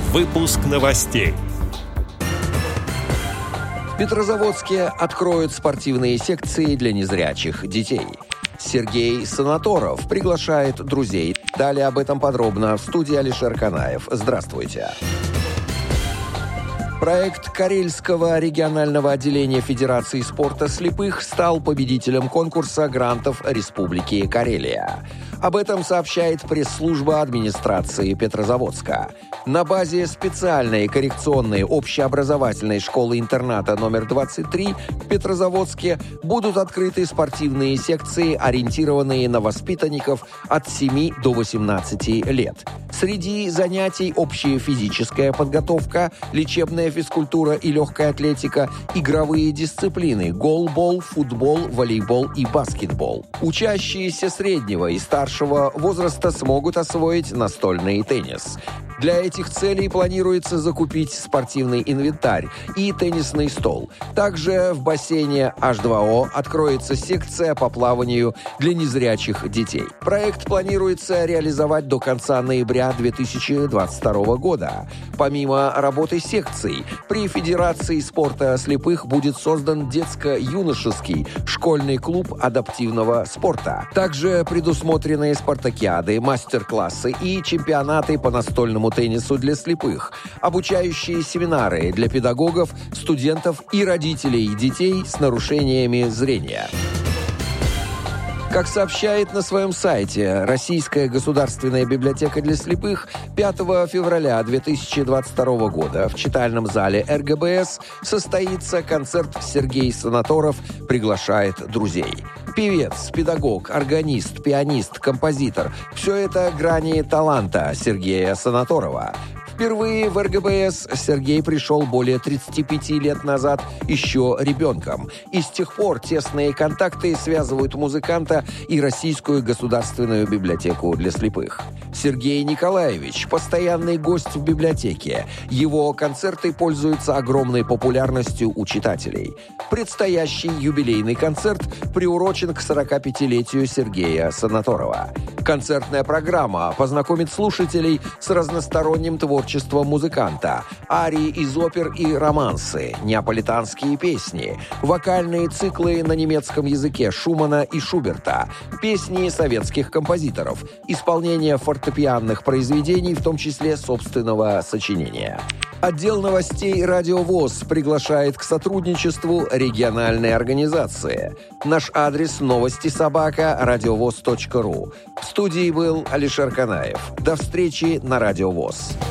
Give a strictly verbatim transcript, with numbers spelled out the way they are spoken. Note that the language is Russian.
Выпуск новостей. В Петрозаводске откроют спортивные секции для незрячих детей. Сергей Санаторов приглашает друзей. Далее об этом подробно в студии Алишер Канаев. Здравствуйте. Проект Карельского регионального отделения Федерации спорта слепых стал победителем конкурса грантов Республики Карелия. Об этом сообщает пресс-служба администрации Петрозаводска. На базе специальной коррекционной общеобразовательной школы-интерната номер двадцать три в Петрозаводске будут открыты спортивные секции, ориентированные на воспитанников от семи до восемнадцати лет. Среди занятий общая физическая подготовка, лечебная физкультура и легкая атлетика, игровые дисциплины – голбол, футбол, волейбол и баскетбол. Учащиеся среднего и старшего возраста смогут освоить настольный теннис. Для этих целей планируется закупить спортивный инвентарь и теннисный стол. Также в бассейне эйч два о откроется секция по плаванию для незрячих детей. Проект планируется реализовать до конца ноября две тысячи двадцать второго года. Помимо работы секций, при Федерации спорта слепых будет создан детско-юношеский школьный клуб адаптивного спорта. Также предусмотрены спартакиады, мастер-классы и чемпионаты по настольному теннису для слепых, обучающие семинары для педагогов, студентов и родителей детей с нарушениями зрения. Как сообщает на своем сайте Российская государственная библиотека для слепых, пятого февраля две тысячи двадцать второго года в читальном зале эр гэ бэ эс состоится концерт «Сергей Санаторов приглашает друзей». Певец, педагог, органист, пианист, композитор – все это грани таланта Сергея Санаторова. Впервые в эр гэ бэ эс Сергей пришел более тридцати пяти лет назад еще ребенком. И с тех пор тесные контакты связывают музыканта и Российскую государственную библиотеку для слепых. Сергей Николаевич – постоянный гость в библиотеке. Его концерты пользуются огромной популярностью у читателей. Предстоящий юбилейный концерт приурочен к сорокапятилетию Сергея Санаторова. Концертная программа познакомит слушателей с разносторонним творчеством музыканта, арии из опер и романсы, неаполитанские песни, вокальные циклы на немецком языке Шумана и Шуберта, песни советских композиторов, исполнение фортепианных произведений, в том числе собственного сочинения. Отдел новостей «Радио ВОС» приглашает к сотрудничеству региональной организации. Наш адрес новости собака радиовоз точка ру. В студии был Алишер Канаев. До встречи на Радио ВОС.